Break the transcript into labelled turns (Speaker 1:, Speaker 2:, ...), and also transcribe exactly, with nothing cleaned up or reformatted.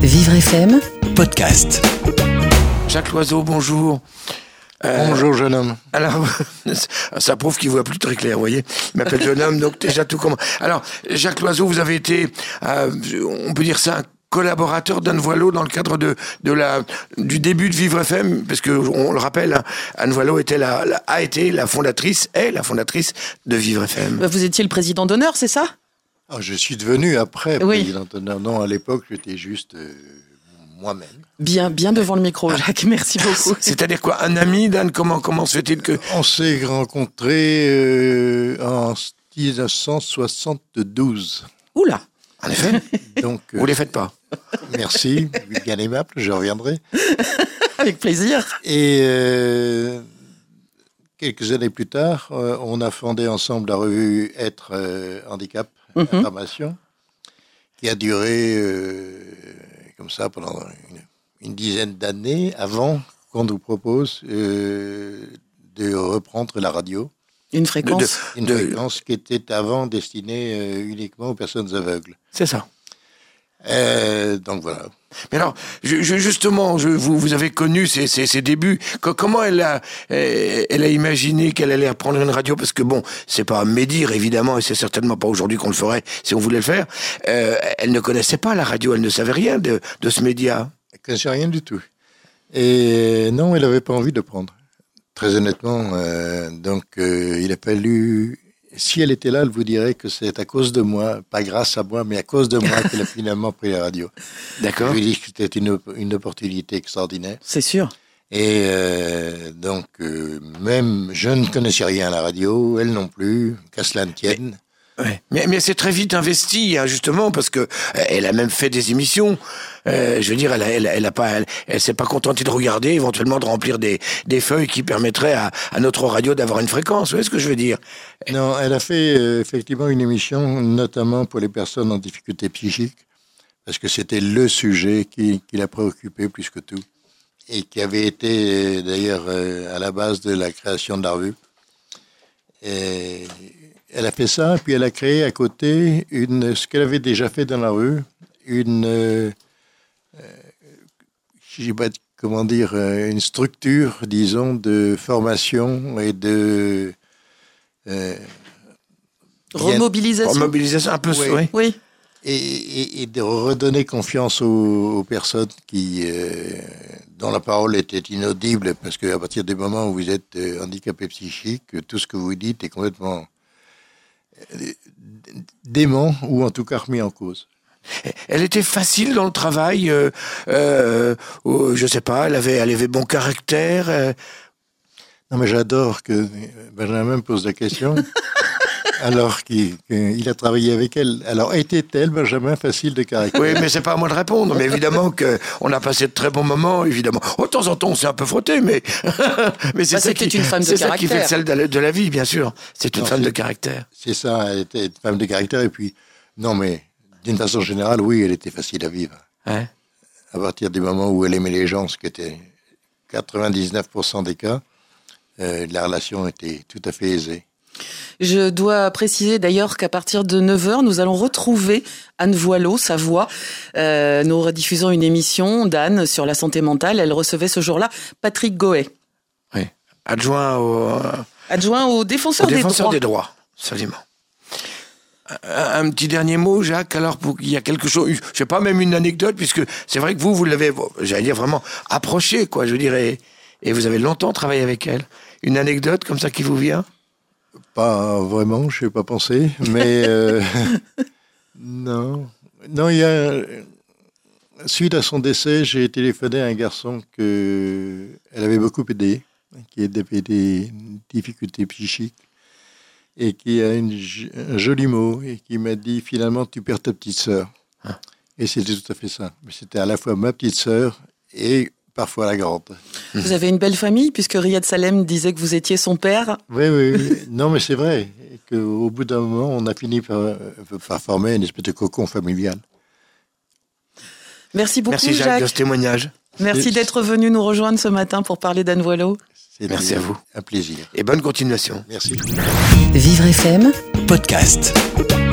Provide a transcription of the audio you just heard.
Speaker 1: Vivre F M
Speaker 2: podcast.
Speaker 3: Jacques Loiseau, bonjour.
Speaker 4: Euh, Bonjour jeune homme.
Speaker 3: Alors, ça prouve qu'il voit plus très clair, vous voyez. Il m'appelle jeune homme, donc déjà tout comment. Alors, Jacques Loiseau, vous avez été, euh, on peut dire ça, un collaborateur d'Anne Voileau dans le cadre de, de la, du début de Vivre F M, parce que on le rappelle, hein, Anne Voileau était la, la, a été la fondatrice, est la fondatrice de Vivre F M.
Speaker 1: Vous étiez le président d'honneur, c'est ça ?
Speaker 4: Ah, je suis devenu après
Speaker 1: oui.
Speaker 4: président d'honneur. Non, à l'époque, j'étais juste euh, moi-même.
Speaker 1: Bien, bien devant le micro, Jacques. Merci beaucoup.
Speaker 3: C'est-à-dire quoi, un ami d'Anne, comment, comment se fait-il que...
Speaker 4: On s'est rencontrés euh, en dix-neuf cent soixante-douze.
Speaker 1: Oula.
Speaker 3: En effet.
Speaker 4: Donc, euh,
Speaker 3: vous les faites pas.
Speaker 4: Merci, bien aimable, je reviendrai.
Speaker 1: Avec plaisir.
Speaker 4: Et euh, quelques années plus tard, euh, on a fondé ensemble la revue Être euh, Handicap
Speaker 1: mm-hmm.
Speaker 4: Information, qui a duré euh, comme ça pendant une, une dizaine d'années avant qu'on nous propose euh, de reprendre la radio.
Speaker 1: Une fréquence.
Speaker 4: De, de, une de... fréquence qui était avant destinée euh, uniquement aux personnes aveugles.
Speaker 3: C'est ça.
Speaker 4: Euh, donc voilà.
Speaker 3: Mais alors, je, je, justement, je, vous, vous avez connu ses, ses, ses débuts. Comment elle a, elle a imaginé qu'elle allait reprendre une radio ? Parce que bon, c'est pas à médire évidemment, et c'est certainement pas aujourd'hui qu'on le ferait si on voulait le faire. Euh, elle ne connaissait pas la radio, elle ne savait rien de, de ce média.
Speaker 4: Elle ne connaissait rien du tout. Et non, elle n'avait pas envie de prendre. Très honnêtement, euh, donc euh, il a fallu. Si elle était là, elle vous dirait que c'est à cause de moi, pas grâce à moi, mais à cause de moi qu'elle a finalement pris la radio.
Speaker 3: D'accord.
Speaker 4: Je lui ai dit que c'était une, une opportunité extraordinaire.
Speaker 1: C'est sûr.
Speaker 4: Et euh, donc, euh, même je ne connaissais rien à la radio, elle non plus, qu'à cela ne tienne.
Speaker 3: Mais, ouais. mais, mais elle s'est très vite investie, hein, justement, parce que elle a même fait des émissions. Euh, je veux dire, elle, a, elle, elle a pas, elle, elle s'est pas contentée de regarder, éventuellement de remplir des, des feuilles qui permettraient à, à notre radio d'avoir une fréquence. Vous voyez ce que je veux dire ?
Speaker 4: Non, elle a fait euh, effectivement une émission, notamment pour les personnes en difficulté psychique, parce que c'était le sujet qui, qui la préoccupait plus que tout, et qui avait été d'ailleurs euh, à la base de la création de la revue. Et elle a fait ça, puis elle a créé à côté une, ce qu'elle avait déjà fait dans la rue, une, euh, je sais pas comment dire, une structure, disons, de formation et de euh,
Speaker 1: remobilisation.
Speaker 3: Remobilisation, un peu,
Speaker 4: oui.
Speaker 3: oui.
Speaker 1: oui.
Speaker 4: Et, et, et de redonner confiance aux, aux personnes qui, euh, dont la parole était inaudible, parce qu'à partir du moment où vous êtes handicapé psychique, tout ce que vous dites est complètement dément, ou en tout cas remis en cause.
Speaker 3: Elle était facile dans le travail, euh, euh, euh, je sais pas, elle avait, elle avait bon caractère. Euh...
Speaker 4: Non mais j'adore que Benjamin me pose la question, alors qu'il, qu'il a travaillé avec elle. Alors était-elle, Benjamin, facile de caractère ?
Speaker 3: Oui, mais c'est pas à moi de répondre, mais évidemment qu'on a passé de très bons moments, évidemment. Oh, de temps en temps, on s'est un peu frotté, mais, mais c'est,
Speaker 1: bah,
Speaker 3: ça qui,
Speaker 1: une femme de
Speaker 3: c'est
Speaker 1: caractère.
Speaker 3: ça qui fait celle de la, de la vie, bien sûr. C'est une non, femme
Speaker 4: c'est,
Speaker 3: de caractère.
Speaker 4: C'est ça, elle était une femme de caractère, et puis, non mais... D'une façon générale, oui, elle était facile à vivre.
Speaker 3: Ouais.
Speaker 4: À partir du moment où elle aimait les gens, ce qui était quatre-vingt-dix-neuf pour cent des cas, euh, la relation était tout à fait aisée.
Speaker 1: Je dois préciser d'ailleurs qu'à partir de neuf heures, nous allons retrouver Anne Voileau, sa voix. Euh, nous rediffusons une émission d'Anne sur la santé mentale. Elle recevait ce jour-là Patrick Goët.
Speaker 3: Oui, adjoint au...
Speaker 1: Adjoint au défenseur,
Speaker 3: au
Speaker 1: des,
Speaker 3: défenseur
Speaker 1: droits.
Speaker 3: des droits. Absolument. Un petit dernier mot, Jacques, alors pour qu'il y a quelque chose, je sais pas, même une anecdote, puisque c'est vrai que vous, vous l'avez, j'allais dire vraiment approché, quoi, je dirais, et vous avez longtemps travaillé avec elle. Une anecdote comme ça qui vous vient ?
Speaker 4: Pas vraiment, je n'ai pas pensé, mais euh, non. Non, il y a, suite à son décès, j'ai téléphoné à un garçon que elle avait beaucoup aidé, qui avait des difficultés psychiques, et qui a une, un joli mot, et qui m'a dit, finalement, tu perds ta petite sœur. Ah. Et c'était tout à fait ça. Mais c'était à la fois ma petite sœur et parfois la grande.
Speaker 1: Vous avez une belle famille, puisque Riyad Salem disait que vous étiez son père.
Speaker 4: Oui, oui, oui. Non, mais c'est vrai qu'au bout d'un moment, on a fini par, par former une espèce de cocon familial.
Speaker 1: Merci beaucoup,
Speaker 3: Merci Jacques,
Speaker 1: Jacques
Speaker 3: de ce témoignage.
Speaker 1: Merci c'est... d'être venu nous rejoindre ce matin pour parler d'Anne Voileau.
Speaker 4: C'est
Speaker 3: Merci à vous.
Speaker 4: Un plaisir.
Speaker 3: Et bonne continuation.
Speaker 4: Merci.
Speaker 1: Vivre F M
Speaker 2: podcast.